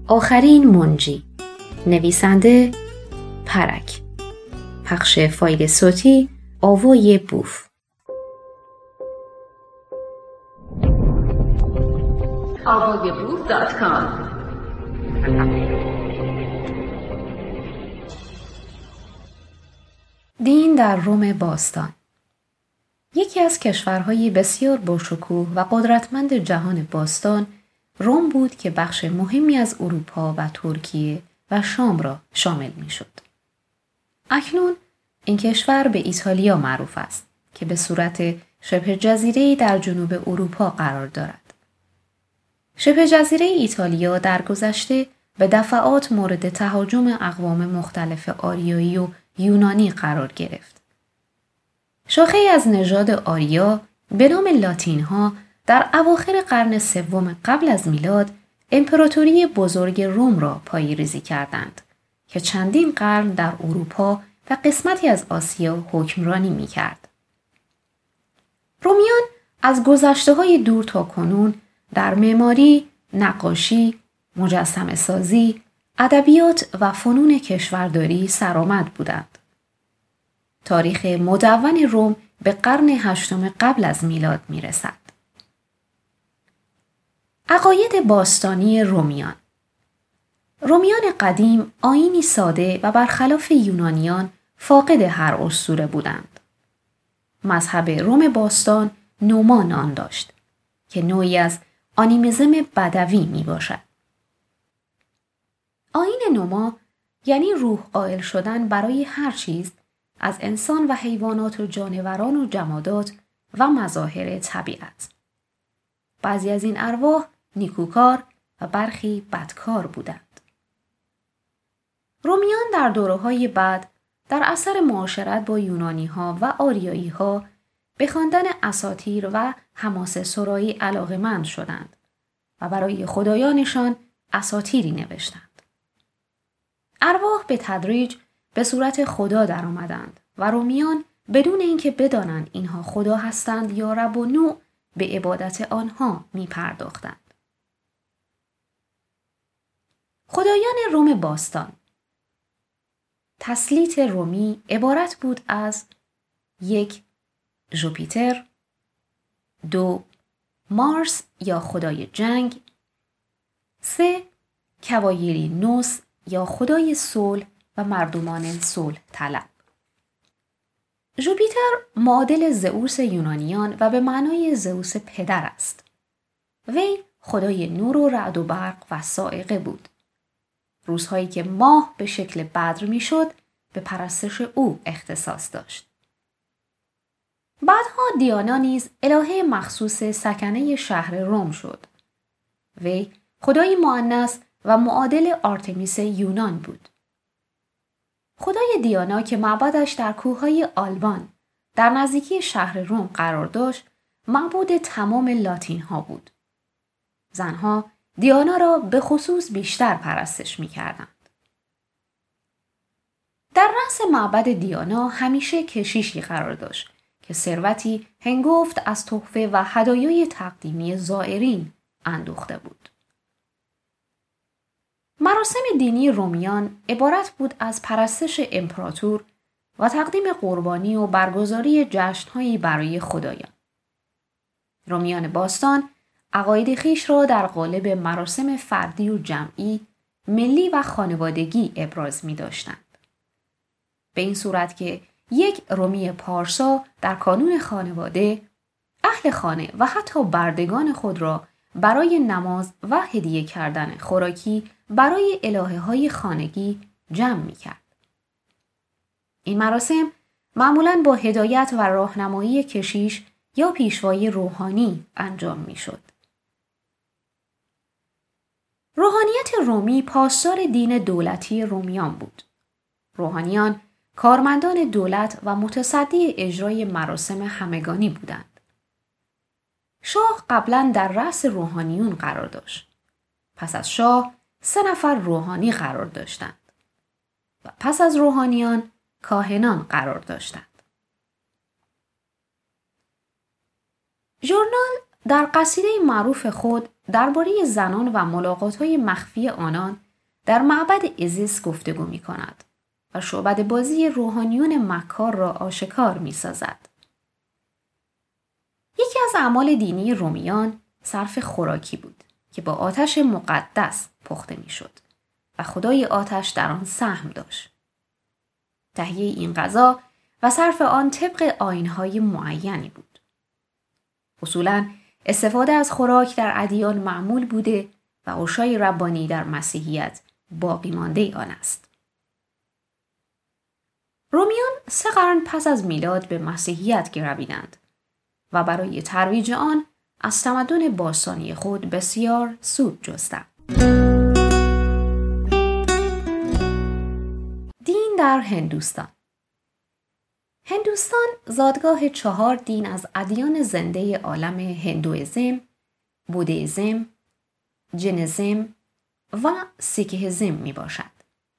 آخرین منجی. نویسنده پرک. پخش فایل صوتی آوای بوف. avayaboof.com. دین در روم باستان. یکی از کشورهای بسیار باشکوه و قدرتمند جهان باستان روم بود که بخش مهمی از اروپا و ترکیه و شام را شامل می شد. اکنون این کشور به ایتالیا معروف است که به صورت شبه جزیره‌ای در جنوب اروپا قرار دارد. شبه جزیره ایتالیا در گذشته به دفعات مورد تهاجم اقوام مختلف آریایی و یونانی قرار گرفت. شاخه‌ای از نژاد آریا به نام لاتین‌ها در اواخر قرن سوم قبل از میلاد امپراتوری بزرگ روم را پایه‌ریزی کردند که چندین قرن در اروپا و قسمتی از آسیا حکمرانی می‌کرد. رومیان از گذشته‌های دور تا کنون در معماری، نقاشی، مجسمه سازی، ادبیات و فنون کشورداری سرآمد بودند. تاریخ مدون روم به قرن هشتم قبل از میلاد می‌رسد. عقاید باستانی رومیان. رومیان قدیم آیینی ساده و برخلاف یونانیان فاقد هر اسطوره بودند. مذهب روم باستان نوما نام داشت که نوعی از آنیمیزم بدوی می باشد. آیین نوما یعنی روح قائل شدن برای هر چیز از انسان و حیوانات و جانوران و جمادات و مظاهر طبیعت. بعضی از این ارواح نیکوکار و برخی بدکار بودند. رومیان در دوره‌های بعد در اثر معاشرت با یونانی‌ها و آریایی‌ها به خواندن اساطیر و حماسه سرایی علاقه‌مند شدند و برای خدایانشان اساطیری نوشتند. ارواح به تدریج به صورت خدا درآمدند و رومیان بدون اینکه بدانند اینها خدا هستند یا رب و نوع به عبادت آنها می پرداختند. خدایان روم باستان. تسلیط رومی عبارت بود از 1. ژوپیتر، 2. مارس یا خدای جنگ، 3. کوایرینوس یا خدای صلح و مردمان صلح طلب. ژوپیتر معادل زئوس یونانیان و به معنای زئوس پدر است. وی خدای نور و رعد و برق و صاعقه بود. روزهایی که ماه به شکل بدر میشد به پرستش او اختصاص داشت. بعدها دیانا نیز الهه مخصوص سکنه شهر روم شد. وی خدای مؤنث و معادل آرتمیس یونان بود. خدای دیانا که معبدش در کوههای آلبان در نزدیکی شهر روم قرار داشت، معبود تمام لاتین ها بود. زنها دیانا را به خصوص بیشتر پرستش می کردند. در رأس معبد دیانا همیشه کشیشی قرار داشت که ثروتی هنگفت از تحفه و هدایای تقدیمی زائرین اندوخته بود. مراسم دینی رومیان عبارت بود از پرستش امپراتور و تقدیم قربانی و برگزاری جشن‌هایی برای خدایان. رومیان باستان عقاید خویش را در قالب مراسم فردی و جمعی، ملی و خانوادگی ابراز می‌داشتند. به این صورت که یک رومی پارسا در کانون خانواده، اهل خانه و حتی بردگان خود را برای نماز و هدیه کردن خوراکی برای الهه‌های خانگی جمع می‌کرد. این مراسم معمولاً با هدایت و راهنمایی کشیش یا پیشوای روحانی انجام می‌شد. روحانیت رومی پاسدار دین دولتی رومیان بود. روحانیان کارمندان دولت و متصدی اجرای مراسم همگانی بودند. شاه قبلاً در رأس روحانیون قرار داشت. پس از شاه 3 نفر روحانی قرار داشتند و پس از روحانیان کاهنان قرار داشتند. ژورنال در قصیده معروف خود درباره زنان و ملاقات‌های مخفی آنان در معبد ازیس گفتگو می‌کند و شعبده‌بازی روحانیون مکار را آشکار می‌سازد. یکی از اعمال دینی رومیان صرف خوراکی بود که با آتش مقدس پخته می‌شد و خدای آتش در آن سهم داشت. تهیه این غذا و صرف آن طبق آیین‌های معینی بود. اصولاً استفاده از خوراک در ادیان معمول بوده و اوشای ربانی در مسیحیت باقی مانده آن است. رومیان 3 قرن پس از میلاد به مسیحیت گرویدند و برای ترویج آن از تمدن باستانی خود بسیار سود جستند. دین در هندوستان. هندوستان زادگاه 4 دین از ادیان زنده عالم هندوئیسم، بودیزم، جینیزم و سیکهیزم می باشد.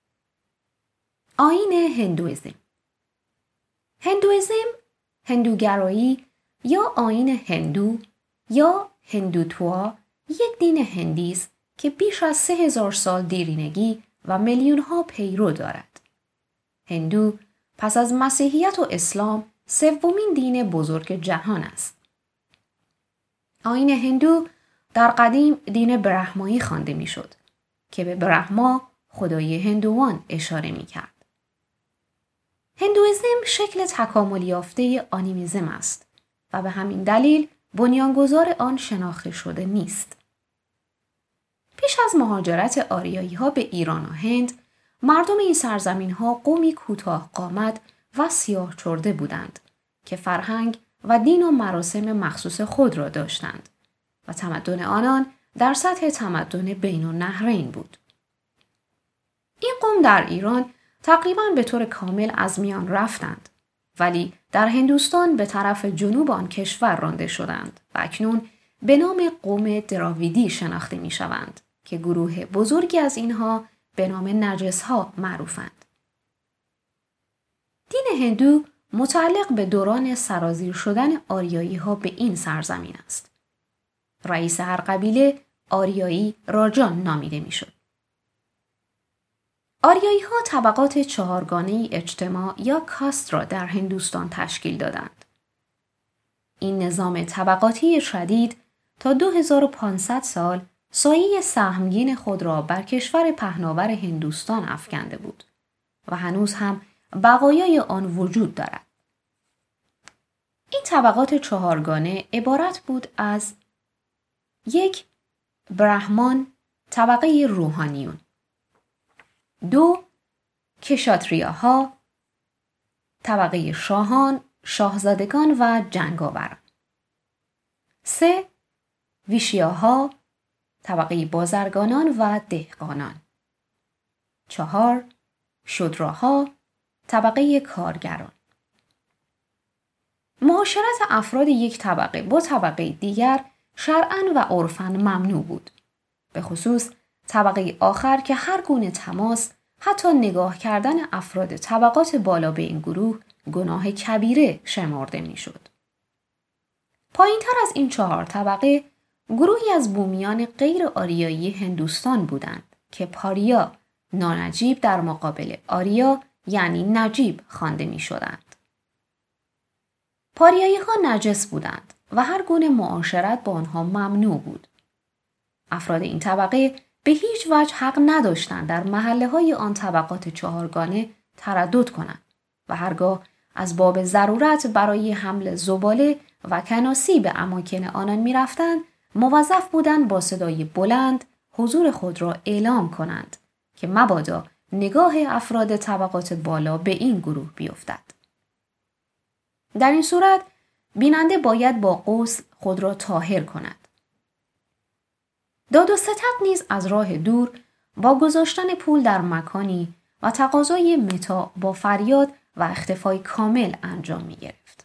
آیین هندوئیسم. هندوئیسم، هندوگرایی یا آیین هندو یا هندوتوا یک دین هندی است که بیش از 3000 سال دیرینگی و میلیون‌ها پیرو دارد. هندو پس از مسیحیت و اسلام 3مین دین بزرگ جهان است. آیین هندو در قدیم دین برهمایی خوانده میشد که به برهما خدای هندوان اشاره میکرد. هندوئیسم شکل تکامل یافته آنیمیزم است و به همین دلیل بنیانگذار آن شناخته شده نیست. پیش از مهاجرت آریایی‌ها به ایران و هند، مردم این سرزمین‌ها قومی کوتاه قامت و سیاه چرده بودند که فرهنگ و دین و مراسم مخصوص خود را داشتند و تمدن آنان در سطح تمدن بین النهرین بود. این قوم در ایران تقریباً به طور کامل از میان رفتند، ولی در هندوستان به طرف جنوب آن کشور رانده شدند و اکنون به نام قوم دراویدی شناخته می شوند که گروه بزرگی از اینها به نام نجس‌ها معروفند. دین هندو متعلق به دوران سرازیر شدن آریایی‌ها به این سرزمین است. رئیس هر قبیله آریایی راجان نامیده میشد. آریایی‌ها طبقات 4گانه اجتماع یا کاست را در هندوستان تشکیل دادند. این نظام طبقاتی شدید تا 2500 سال سایه سهمگین خود را بر کشور پهناور هندوستان افکنده بود و هنوز هم بقایای آن وجود دارد. این طبقات 4گانه عبارت بود از 1. برهمان، طبقه روحانیون. 2. کشاتریاها، طبقه شاهان، شاهزادگان و جنگاوران. 3. ویشیاها، طبقه بازرگانان و دهقانان. 4. شودراها، طبقه کارگران. معاشرت افراد یک طبقه با طبقه دیگر شرعاً و عرفاً ممنوع بود. به خصوص طبقه آخر که هر گونه تماس، حتی نگاه کردن افراد طبقات بالا به این گروه گناه کبیره شمرده میشد. پایین‌تر از این 4 طبقه گروهی از بومیان غیر آریایی هندوستان بودند که پاریا، نانجیب در مقابل آریا یعنی نجیب خوانده می شدند. پاریایی ها نجس بودند و هر گونه معاشرت با آنها ممنوع بود. افراد این طبقه به هیچ وجه حق نداشتند در محله های آن طبقات 4گانه تردد کنند و هرگاه از باب ضرورت برای حمل زباله و کناسی به اماکن آنان می رفتند، موظف بودند با صدای بلند حضور خود را اعلام کنند که مبادا نگاه افراد طبقات بالا به این گروه بیفتد. در این صورت بیننده باید با غسل خود را طاهر کند. داد و ستد نیز از راه دور با گذاشتن پول در مکانی و تقاضای متاع با فریاد و اختفای کامل انجام می گرفت.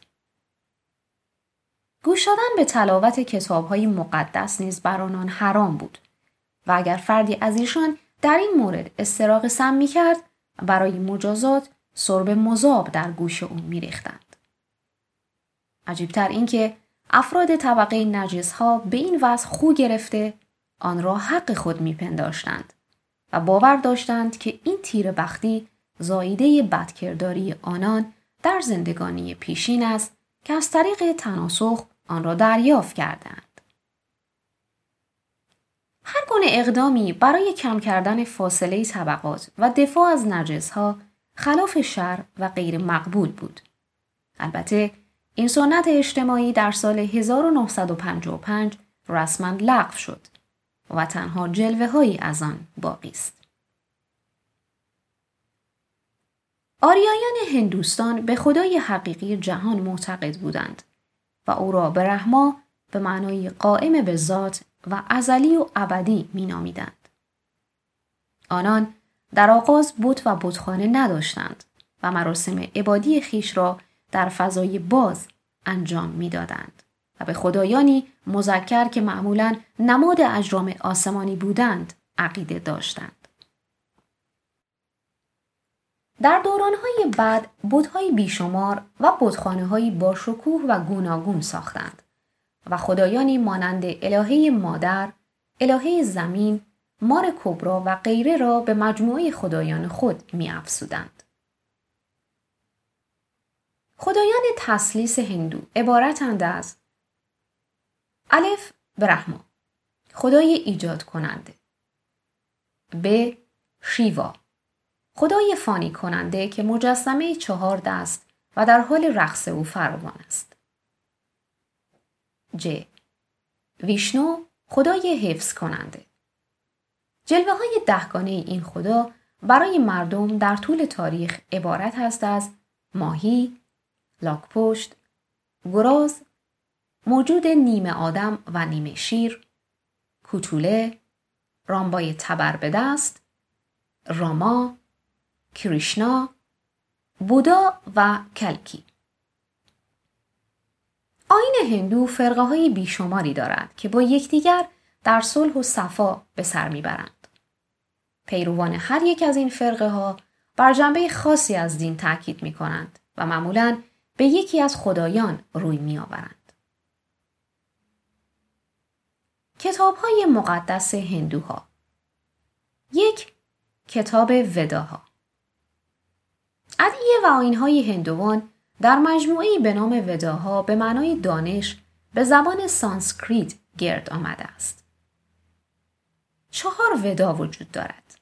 گوش دادن به تلاوت کتاب‌های مقدس نیز بر آنان حرام بود و اگر فردی از ایشان در این مورد استراق سم می کرد، برای مجازات سرب مذاب در گوش او می ریختند. عجیبتر این که افراد طبقه نجس ها به این وضع خو گرفته آن را حق خود می‌پنداشتند و باور داشتند که این تیره بختی زاییده بدکرداری آنان در زندگانی پیشین است که از طریق تناسخ آن را دریافت کردند. هر گونه اقدامی برای کم کردن فاصله طبقات و دفاع از نجس‌ها خلاف شرع و غیر مقبول بود. البته این سنت اجتماعی در سال 1955 رسما لغو شد و تنها جلوه‌هایی از آن باقی است. آریایان هندوستان به خدای حقیقی جهان معتقد بودند و او را برهما به معنای قائم به ذات و ازلی و ابدی می‌نامیدند. آنان در آغاز بت و بتخانه نداشتند و مراسم عبادی خیش را در فضای باز انجام می‌دادند و به خدایانی مذکر که معمولاً نماد اجرام آسمانی بودند عقیده داشتند. در دوران‌های بعد بت‌های بیشمار و بتخانه‌هایی با شکوه و گوناگون ساختند و خدایانی مانند الهه مادر، الهه زمین، مار کبرا و غیره را به مجموعه خدایان خود می‌افزودند. خدایان تثلیث هندو عبارتند از الف برهما، خدای ایجاد کننده. ب شیوا، خدای فانی کننده که مجسمه 4 دست و در حال رقص او فراوان است. ج ویشنو، خدای حفظ کننده. جلوه های 10 گانه این خدا برای مردم در طول تاریخ عبارت است از ماهی، لاک‌پشت، گراز، موجود نیمه آدم و نیمه شیر، کوتوله، رامبای تبر به دست، راما، کریشنا، بودا و کلکی. آیین هندو فرقه های بیشماری دارد که با یکدیگر در صلح و صفا به سر میبرند. پیروان هر یک از این فرقه ها بر جنبه خاصی از دین تاکید می کنند و معمولاً به یکی از خدایان روی می آورند. کتاب های مقدس هندوها. 1. کتاب وداها. ادعیه و آیین‌های هندوان در مجموعه‌ای به نام وداها به معنای دانش به زبان سانسکریت گرد آمده است. 4 ودا وجود دارد.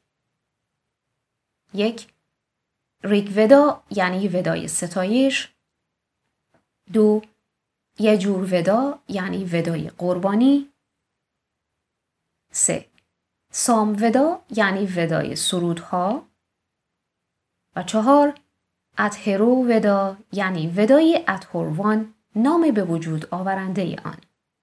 1. ریگ ودا یعنی ودای ستایش. 2. یجور ودا یعنی ودای قربانی. 3. سام ودا یعنی ودای سرودها. و 4. اتهرو ودا یعنی ودای اتهروان، نام به وجود آورنده آن.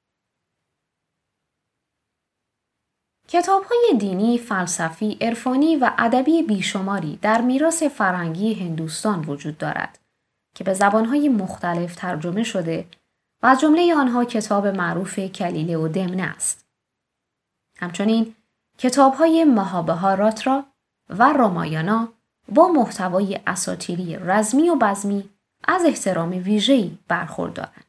کتاب‌های دینی، فلسفی، عرفانی و ادبی بیشماری در میراث فرهنگی هندوستان وجود دارد که به زبان‌های مختلف ترجمه شده و از جمله آنها کتاب معروف کلیله و دمنه است. همچنین کتاب‌های مهابهاراترا و رامایانا با محتوای اساطیری رزمی و بزمی از احترام ویژه‌ای برخوردارند.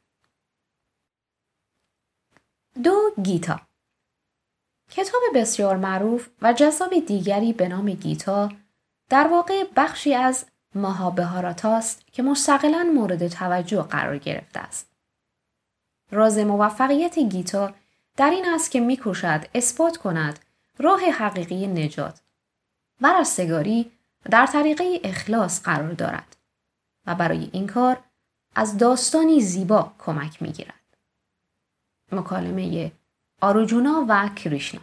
2. گیتا. کتاب بسیار معروف و جذاب دیگری به نام گیتا در واقع بخشی از مهابهاراتا است که مستقلاً مورد توجه قرار گرفته است. راز موفقیت گیتا در این است که می‌کوشد اثبات کند راه حقیقی نجات و رستگاری در طریقه اخلاص قرار دارد و برای این کار از داستانی زیبا کمک می‌گیرد. مکالمه آروجونا و کریشنا.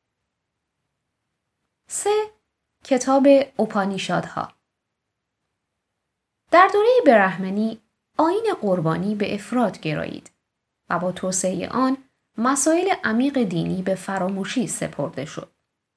3. کتاب اوپانیشادها. در دوره برهمنی آیین قربانی به افراط گرایید و با توسعه آن مسائل عمیق دینی به فراموشی سپرده شد.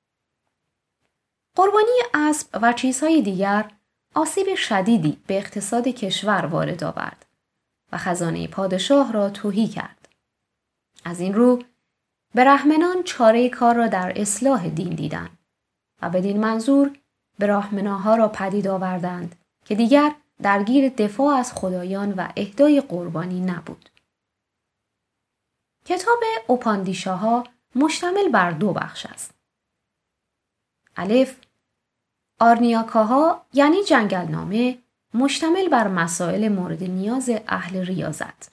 قربانی اسب و چیزهای دیگر آسیب شدیدی به اقتصاد کشور وارد آورد و خزانه پادشاه را تهی کرد. از این رو برهمنان چاره کار را در اصلاح دین دیدند و بدین منظور براهمناها را پدید آوردند که دیگر درگیر دفاع از خدایان و اهدای قربانی نبود. کتاب اوپاندیشاها مشتمل بر 2 بخش است. الف، آرنیاکاها یعنی جنگلنامه مشتمل بر مسائل مورد نیاز اهل ریاضت.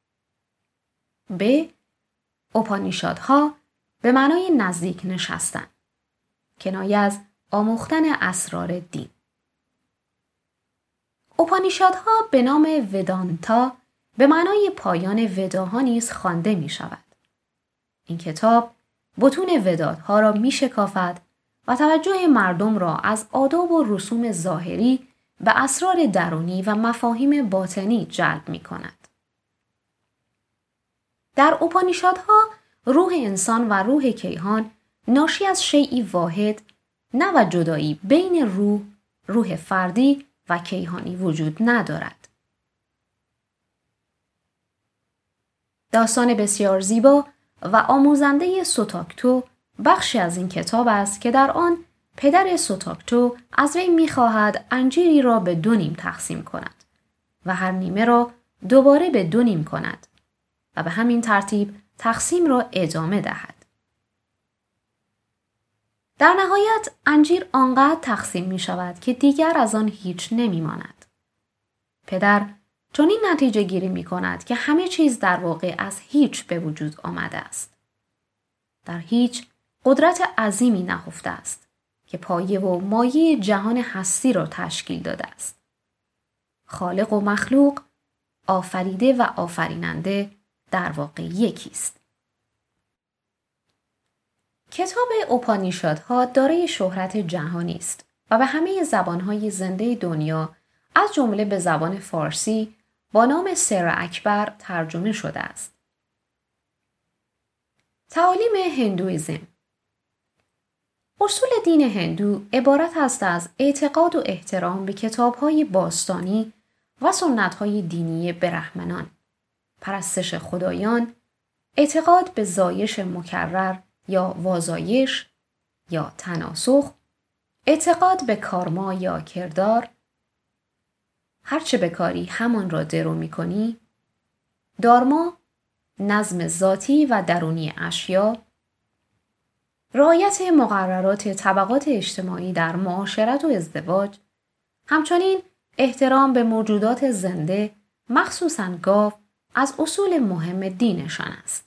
ب، اوپانیشادها به معنای نزدیک نشستن، کنایه از آموختن اسرار دین. اوپانیشادها به نام ودانتا به معنای پایان وداها نیز خوانده می شود. این کتاب بطون ودادها را می شکافد و توجه مردم را از آداب و رسوم ظاهری به اسرار درونی و مفاهیم باطنی جلب می کند. در اوپانیشادها روح انسان و روح کیهان ناشی از شیئی واحد، نه و جدایی بین روح فردی و کیهانی وجود ندارد. داستان بسیار زیبا و آموزنده سوتاکتو بخشی از این کتاب است که در آن پدر سوتاکتو از وی می‌خواهد انجیری را به 2 نیم تقسیم کند و هر نیمه را دوباره به 2 نیم کند و به همین ترتیب تقسیم را ادامه دهد. در نهایت انجیر آنقدر تقسیم می شود که دیگر از آن هیچ نمی ماند. پدر چنین نتیجه گیری می کند که همه چیز در واقع از هیچ به وجود آمده است. در هیچ قدرت عظیمی نهفته است که پایه و مایه جهان هستی را تشکیل داده است. خالق و مخلوق، آفریده و آفریننده در واقع یکی است. کتاب اوپانیشادها دارای شهرت جهانی است و به همه زبانهای زنده دنیا از جمله به زبان فارسی با نام سر اکبر ترجمه شده است. تعالیم هندویزم. اصول دین هندو عبارت است از اعتقاد و احترام به کتاب‌های باستانی و سنت‌های دینی برهمنان، پرستش خدایان، اعتقاد به زایش مکرر یا وازایش یا تناسخ، اعتقاد به کارما یا کردار، هرچه بکاری همان را درو می‌کنی، دارما، نظم ذاتی و درونی اشیا، رعایت مقررات طبقات اجتماعی در معاشرت و ازدواج، همچنین احترام به موجودات زنده مخصوصاً گاو از اصول مهم دینشان است.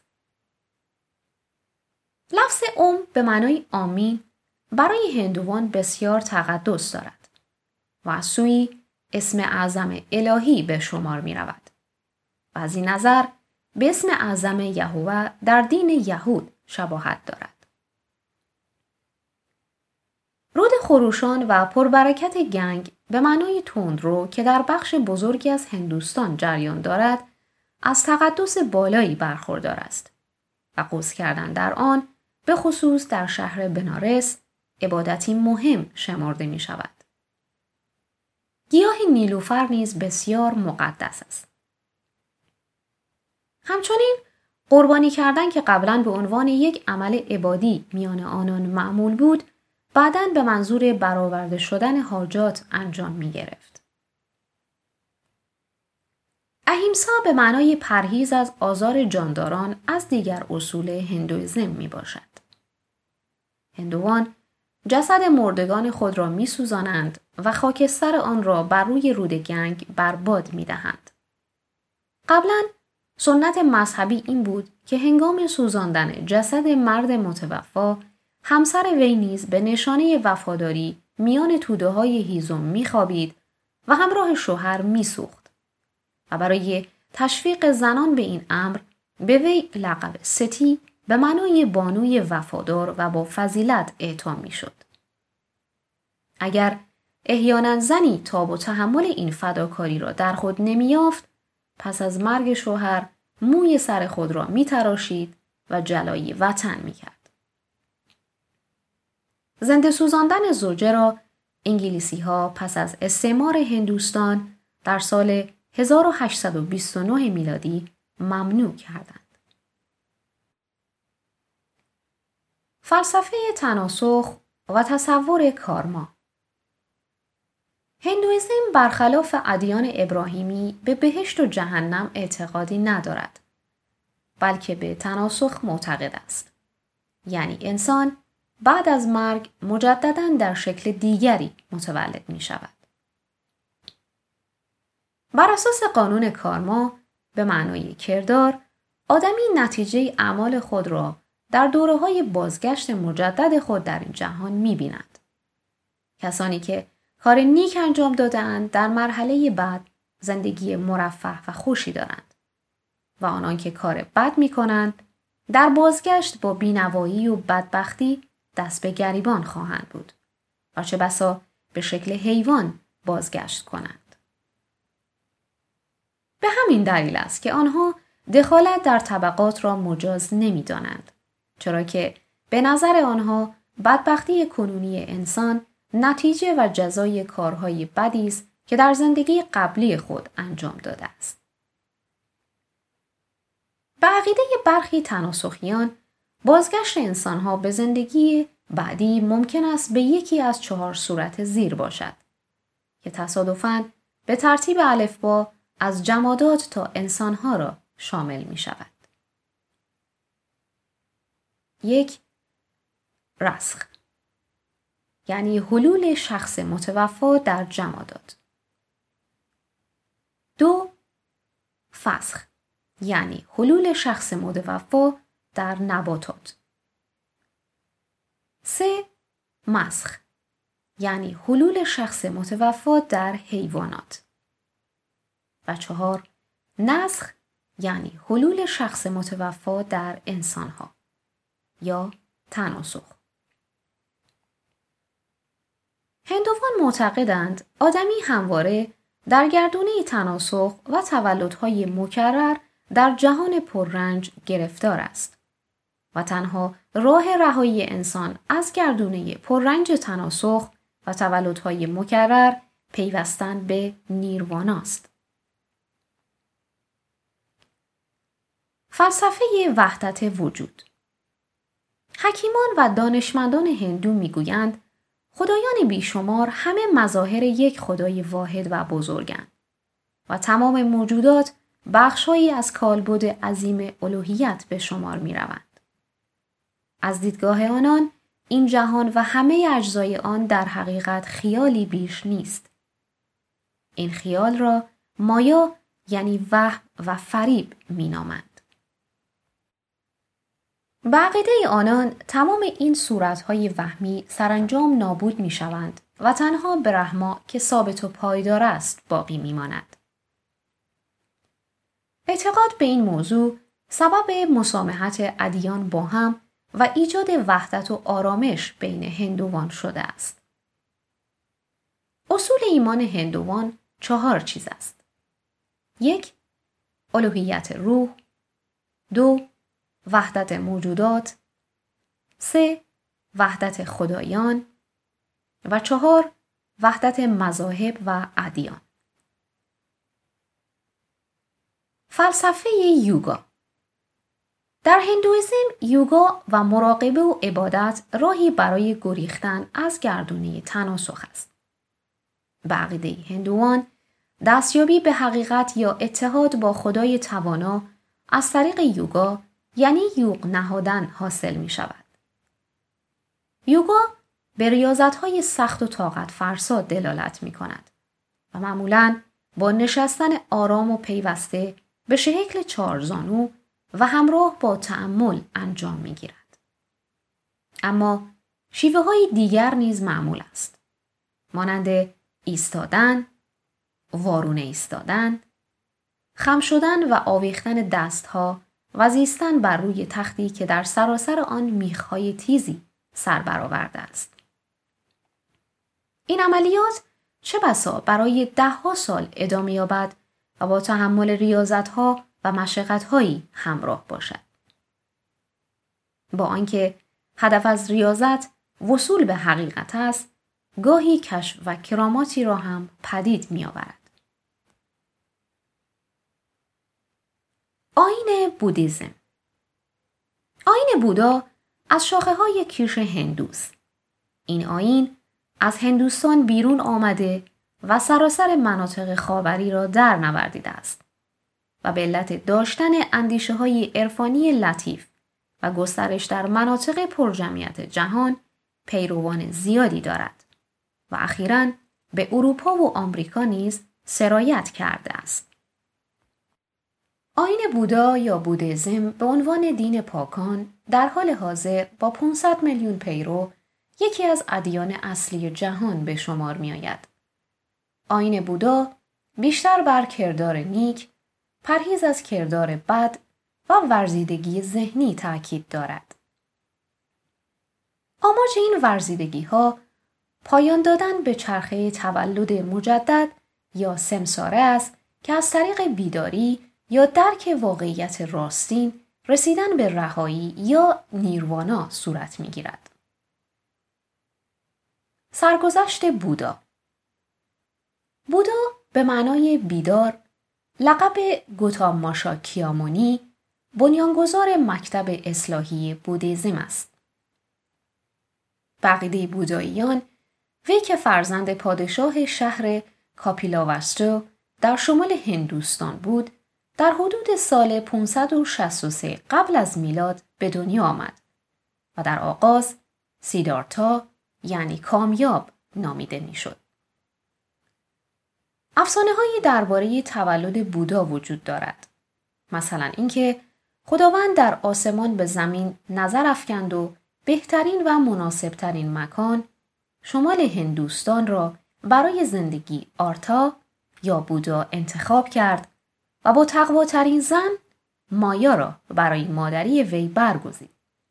لفظ به معنای آمین برای هندوان بسیار تقدس دارد و از سوی اسم اعظم الهی به شمار می رود و از این نظر به اسم اعظم یهوه در دین یهود شباهت دارد. رود خروشان و پربرکت گنگ به معنای تندرو که در بخش بزرگی از هندوستان جریان دارد از تقدس بالایی برخوردار است و غسل کردن در آن به خصوص در شهر بنارس عبادتی مهم شمرده می شود. گیاه نیلوفر نیز بسیار مقدس است. همچنین قربانی کردن که قبلاً به عنوان یک عمل عبادی میان آنان معمول بود، بعداً به منظور برآورده شدن حاجات انجام می گرفت. اهیمسا به معنای پرهیز از آزار جانداران از دیگر اصول هندویزم می باشد. هندوان جسد مردگان خود را می سوزانند و خاکستر آن را بر روی رود گنگ برباد می دهند. قبلاً سنت مذهبی این بود که هنگام سوزاندن جسد مرد متوفا همسر وی نیز به نشانه وفاداری میان توده‌های هیزم می‌خوابید و همراه شوهر می‌سوخت و برای تشویق زنان به این امر به وی لقب ستی به معنای بانوی وفادار و با فضیلت اعطا می‌شد. اگر احیانا زنی تاب و تحمل این فداکاری را در خود نمی‌یافت، پس از مرگ شوهر موی سر خود را می‌تراشید و جلایی وطن می‌کرد. زنده سوزاندن زوجه را انگلیسی‌ها پس از استعمار هندوستان در سال 1829 میلادی ممنوع کردند. فلسفه تناسخ و تصور کارما. هندویزم برخلاف ادیان ابراهیمی به بهشت و جهنم اعتقادی ندارد، بلکه به تناسخ معتقد است. یعنی انسان بعد از مرگ مجدداً در شکل دیگری متولد می شود. بر اساس قانون کارما به معنای کردار، آدمی نتیجه اعمال خود را در دوره‌های بازگشت مجدد خود در این جهان می‌بیند. کسانی که کار نیک انجام داده‌اند در مرحله بعد زندگی مرفه و خوشی دارند و آنان که کار بد می‌کنند در بازگشت با بینوایی و بدبختی دست به گریبان خواهند بود و چه بسا به شکل حیوان بازگشت کنند. به همین دلیل است که آنها دخالت در طبقات را مجاز نمی‌دانند، چرا که به نظر آنها بدبختی کنونی انسان نتیجه و جزای کارهای بدی است که در زندگی قبلی خود انجام داده است. به عقیده برخی تناسخیان، بازگشت انسانها به زندگی بعدی ممکن است به یکی از 4 صورت زیر باشد که تصادفاً به ترتیب الفبا از جمادات تا انسانها را شامل می شود. 1. رسخ، یعنی حلول شخص متوفا در جمادات. 2. فسخ، یعنی حلول شخص متوفا در نباتات. 3. مسخ، یعنی حلول شخص متوفا در حیوانات. و 4. نسخ، یعنی حلول شخص متوفا در انسانها یا تناسخ. هندوان معتقدند آدمی همواره در گردونه تناسخ و تولدهای مکرر در جهان پررنج گرفتار است و تنها راه رهایی انسان از گردونه پررنج تناسخ و تولدهای مکرر پیوستن به نیروانا است. فلسفه وحدت وجود. حکیمان و دانشمندان هندو میگویند خدایان بیشمار همه مظاهر یک خدای واحد و بزرگند و تمام موجودات بخشهایی از کالبد عظیم الوهیت به شمار می روند. از دیدگاه آنان این جهان و همه اجزای آن در حقیقت خیالی بیش نیست. این خیال را مایا یعنی وهم و فریب می نامند. به عقیده آنان تمام این صورتهای وهمی سرانجام نابود می شوند و تنها برهما که ثابت و پایدار است باقی می ماند. اعتقاد به این موضوع سبب مسامحت ادیان با هم و ایجاد وحدت و آرامش بین هندوان شده است. اصول ایمان هندوان 4 چیز است. 1. الوهیت روح. 2. وحدت موجودات. 3. وحدت خدایان. و 4. وحدت مذاهب و ادیان. فلسفه یوگا. در هندویسم یوگا و مراقبه و عبادت راهی برای گریختن از گردونه تناسخ است. به عقیده هندوان دستیابی به حقیقت یا اتحاد با خدای توانا از طریق یوگا یعنی یوغ نهادن حاصل می شود. یوگا به ریاضت‌های سخت و طاقت فرسا دلالت می کند و معمولاً با نشستن آرام و پیوسته به شکل 4 زانو و همراه با تأمل انجام می گیرد. اما شیوه های دیگر نیز معمول است. مانند ایستادن، وارونه ایستادن، خم شدن و آویختن دستها و زیستن بر روی تختی که در سراسر آن میخهای تیزی سر برآورده است. این عملیات چه بسا برای 10 سال ادامه یابد و با تحمل ریاضت‌ها و مشقت‌هایی همراه باشد. با آنکه هدف از ریاضت وصول به حقیقت است، گاهی کشف و کراماتی را هم پدید می‌آورد. آیین بودیزم. آیین بودا از شاخه‌های کیش هندوست. این آیین از هندوستان بیرون آمده و سراسر مناطق خاوری را در نوردیده است و به علت داشتن اندیشه‌های عرفانی لطیف و گسترش در مناطق پرجمعیت جهان پیروان زیادی دارد و اخیراً به اروپا و آمریکا نیز سرایت کرده است. آیین بودا یا بودیزم به عنوان دین پاکان در حال حاضر با 500 میلیون پیرو یکی از ادیان اصلی جهان به شمار می آید. آیین بودا بیشتر بر کردار نیک، پرهیز از کردار بد و ورزیدگی ذهنی تاکید دارد. آماج این ورزیدگی ها پایان دادن به چرخه تولد مجدد یا سمساره است که از طریق بیداری یا درک واقعیت راستین رسیدن به رهایی یا نیروانا صورت می گیرد. سرگذشت بودا. بودا به معنای بیدار، لقب گوتاما شاکیامونی، بنیانگذار مکتب اصلاحی بودیزم است. به عقیده بوداییان، وی که فرزند پادشاه شهر کاپیلاوستو در شمال هندوستان بود، در حدود سال 563 قبل از میلاد به دنیا آمد و در آغاز سیدارتا یعنی کامیاب نامیده میشد. افسانه‌هایی درباره تولد بودا وجود دارد. مثلا اینکه خداوند در آسمان به زمین نظر افکند و بهترین و مناسبترین مکان شمال هندوستان را برای زندگی آرتا یا بودا انتخاب کرد و با تقواترین زن مایا را برای مادری وی برگزید.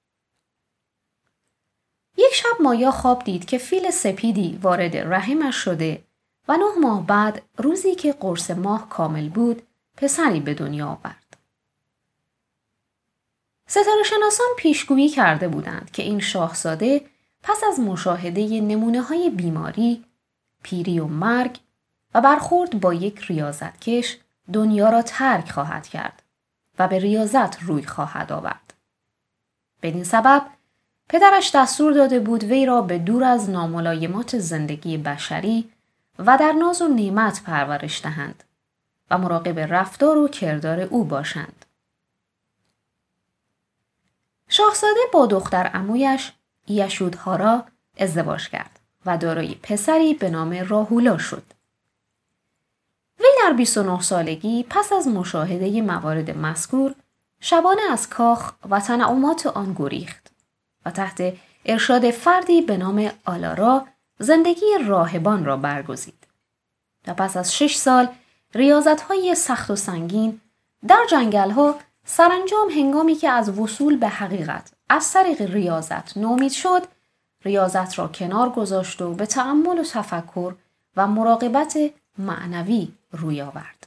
یک شب مایا خواب دید که فیل سپیدی وارد رحمش شده و 9 ماه بعد روزی که قرص ماه کامل بود پسری به دنیا آورد. ستاره شناسان پیشگویی کرده بودند که این شاهزاده پس از مشاهده نمونه‌های بیماری، پیری و مرگ و برخورد با یک ریاضتکش دنیا را ترک خواهد کرد و به ریاضت روی خواهد آورد. بدین سبب پدرش دستور داده بود وی را به دور از ناملایمات زندگی بشری و در ناز و نعمت پرورش دهند و مراقب رفتار و کردار او باشند. شاهزاده با دختر عمویش یشودهارا ازدواج کرد و دارای پسری به نام راهولا شد. وی در 29 سالگی پس از مشاهده موارد مذکور شبانه از کاخ و تنعمات آن گریخت و تحت ارشاد فردی به نام آلارا زندگی راهبان را برگزید و پس از 6 سال ریاضت‌های سخت و سنگین در جنگل‌ها سرانجام هنگامی که از وصول به حقیقت از طریق ریاضت نومید شد، ریاضت را کنار گذاشت و به تأمل و تفکر و مراقبت معنوی روی آورد.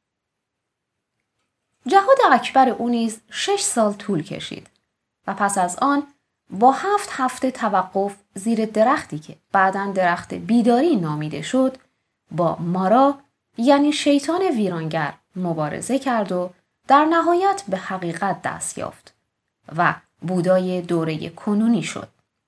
جهاد اکبر او نیز 6 سال طول کشید و پس از آن با 7 هفته توقف زیر درختی که بعداً درخت بیداری نامیده شد با مارا یعنی شیطان ویرانگر مبارزه کرد و در نهایت به حقیقت دست یافت و بودای دوره کنونی شد.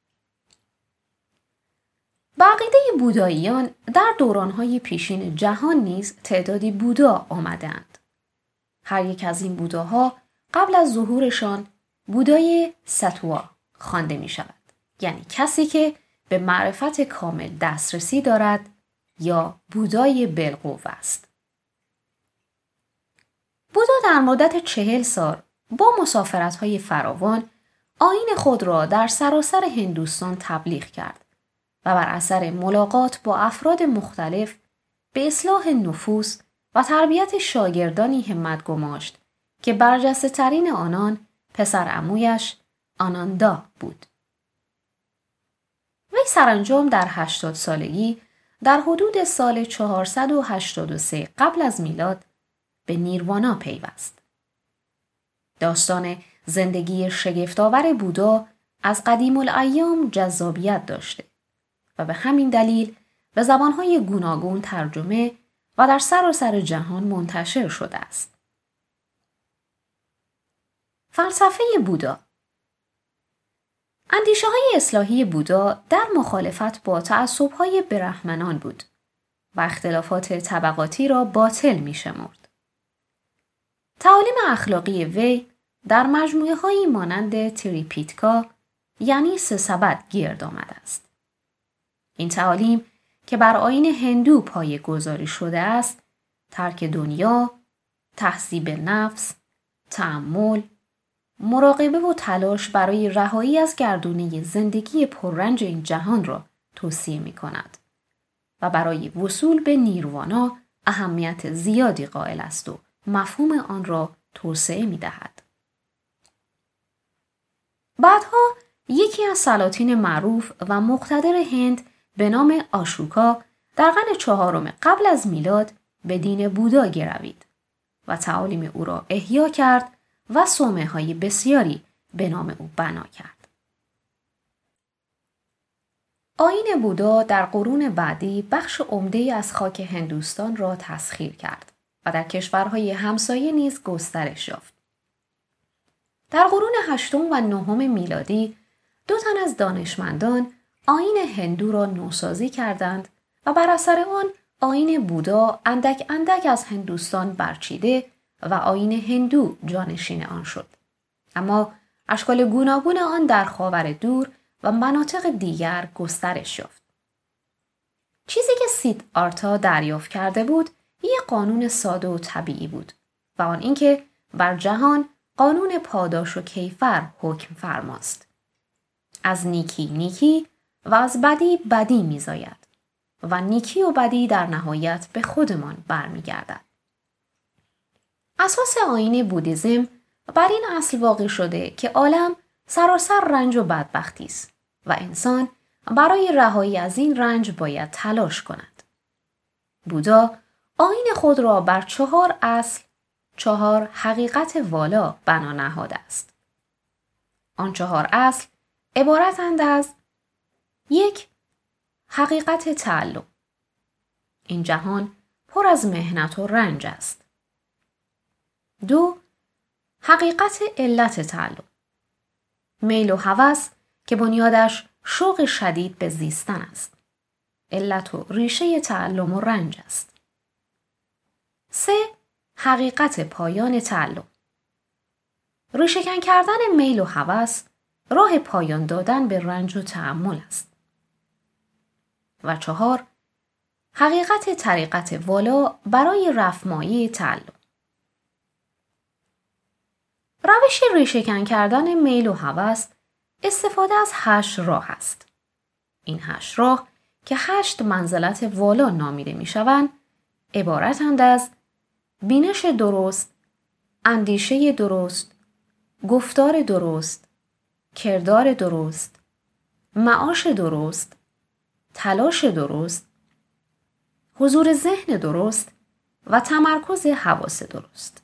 به عقیده بوداییان در دورانهای پیشین جهان نیز تعدادی بودا آمدند. هر یک از این بوداها قبل از ظهورشان بودای ستوا خوانده می شود. یعنی کسی که به معرفت کامل دسترسی دارد یا بودای بالقوه است. بودا در مدت 40 سال با مسافرت‌های فراوان آیین خود را در سراسر هندوستان تبلیغ کرد و بر اثر ملاقات با افراد مختلف به اصلاح نفوس و تربیت شاگردانی همت گماشت که برجسته ترین آنان پسر عمویش آناندا بود. وی سرانجام در 80 سالگی در حدود سال 483 قبل از میلاد به نیروانا پیوست. داستان زندگی شگفت‌آور بودا از قدیم الایام جذابیت داشته و به همین دلیل به زبانهای گوناگون ترجمه و در سراسر جهان منتشر شده است. فلسفه بودا. اندیشه‌های اصلاحی بودا در مخالفت با تعصب‌های برهمنان بود و اختلافات طبقاتی را باطل می‌شمرد. تعالیم اخلاقی وی در مجموعه هایی مانند تریپیتکا یعنی سه سبد گرد آمده است. این تعالیم که بر آیین هندو پایه گذاری شده است، ترک دنیا، تهذیب نفس، تأمل، مراقبه و تلاش برای رهایی از گردونه زندگی پررنج این جهان را توصیه می کند و برای وصول به نیروانا اهمیت زیادی قائل است و مفهوم آن را توسعه می دهد. بعدها یکی از سلاطین معروف و مقتدر هند به نام آشوکا در قرن 4 قبل از میلاد به دین بودا گروید و تعالیم او را احیا کرد و صومعه‌های بسیاری به نام او بنا کرد. آیین بودا در قرون بعدی بخش عمده‌ای از خاک هندوستان را تسخیر کرد و در کشورهای همسایه نیز گسترش یافت. در قرون 8 و 9 میلادی 2 تن از دانشمندان آیین هندو را نوسازی کردند و بر اثر آن آیین بودا اندک اندک از هندوستان برچیده و آیین هندو جانشین آن شد. اما اشکال گوناگون آن در خاور دور و مناطق دیگر گسترش یافت. چیزی که سیددھارتھا دریافت کرده بود یک قانون ساده و طبیعی بود و آن اینکه بر جهان قانون پاداش و کیفر حکم فرماست. از نیکی نیکی و از بدی بدی میزاید و نیکی و بدی در نهایت به خودمان برمیگردد. اساس آیین بودیسم بر این اصل واقع شده که عالم سراسر رنج و بدبختی است و انسان برای رهایی از این رنج باید تلاش کند. بودا آیین خود را بر 4 اصل، 4 حقیقت والا بنا نهاده است. آن 4 اصل عبارتند از 1. حقیقت تعلق. این جهان پر از محنت و رنج است. 2. حقیقت علت تعلق. میل و هوس که بنیادش شوق شدید به زیستن است. علت و ریشه تعلم و رنج است. 3. حقیقت پایان تعلق. ریشه‌کن کردن میل و هوس راه پایان دادن به رنج و تأمل است. و 4. حقیقت طریقت والا برای رفع‌مایه تعلق. روش ریشه‌کن کردن میل و هوس استفاده از 8 راه است. این 8 راه که 8 منزلت والا نامیده می شوند عبارتند از بینش درست، اندیشه درست، گفتار درست، کردار درست، معاش درست، تلاش درست، حضور ذهن درست و تمرکز حواس درست.